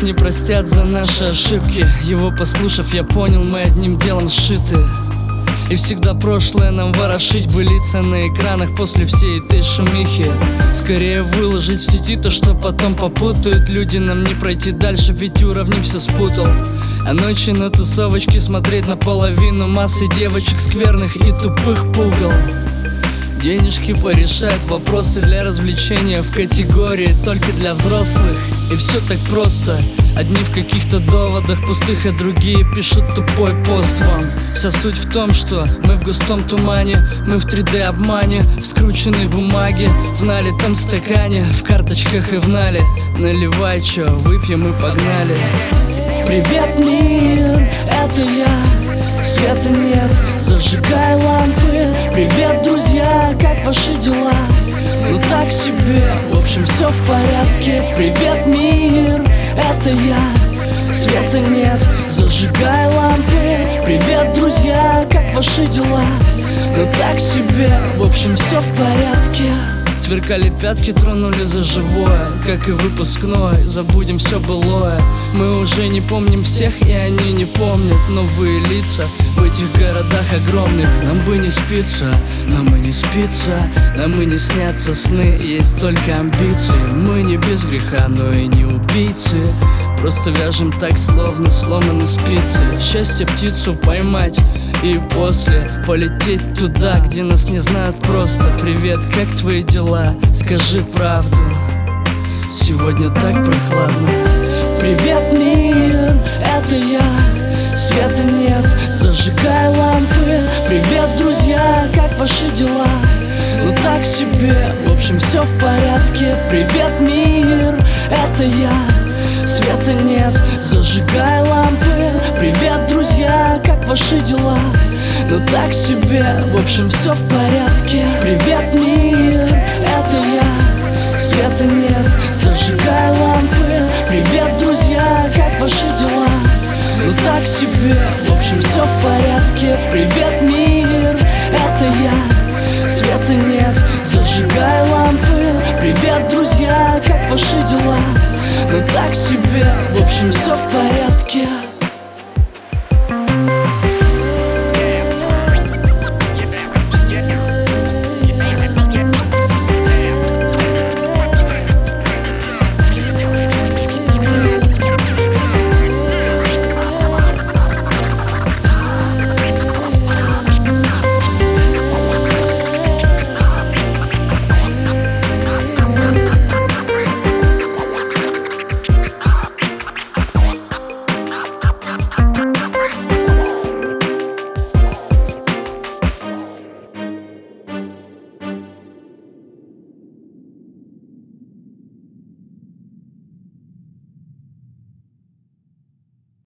не простят за наши ошибки. Его послушав, я понял, мы одним делом сшиты. И всегда прошлое нам ворошить бы лица на экранах после всей этой шумихи. Скорее выложить в сети то, что потом попутают люди. Нам не пройти дальше, ведь уровни все спутал. А ночи на тусовочке смотреть на половину массы девочек скверных и тупых пугал. Денежки порешают вопросы для развлечения в категории только для взрослых. И все так просто. Одни в каких-то доводах пустых, а другие пишут тупой пост вам. Вся суть в том, что мы в густом тумане, мы в 3D обмане, в скрученной бумаге, в налитом стакане, в карточках и в нале. Наливай, чё, выпьем и погнали. Привет, мир, это я. Света нет, зажигай лампы. Привет, друзья, как ваши дела? Ну так себе, в общем все в порядке. Привет, мир, это я. Света нет, зажигай лампы. Привет, друзья, как ваши дела? Ну так себе, в общем все в порядке. Сверкали пятки, тронули за живое, как и выпускной, забудем все былое. Мы уже не помним всех, и они не помнят новые лица в этих городах огромных. Нам бы не спится, нам и не спится, нам и не снятся сны, есть только амбиции. Мы не без греха, но и не убийцы, просто вяжем так, словно сломаны спицы. Счастье птицу поймать и после полететь туда, где нас не знают просто. Привет, как твои дела? Скажи правду, сегодня так прохладно. Привет, мир, это я. Света нет, зажигай лампы. Привет, друзья, как ваши дела? Ну так себе, в общем все в порядке. Привет, мир, это я. Света нет, зажигай лампы. Привет, друзья, как ваши дела? Ну так себе, в общем все в порядке. Привет, мир, это я. Света нет, зажигай лампы. Привет, друзья, как ваши дела? Ну так себе, в общем все в порядке. Привет, мир, это я. Света нет, зажигай лампы. Привет, друзья, как ваши дела? Ну так себе, в общем все в порядке.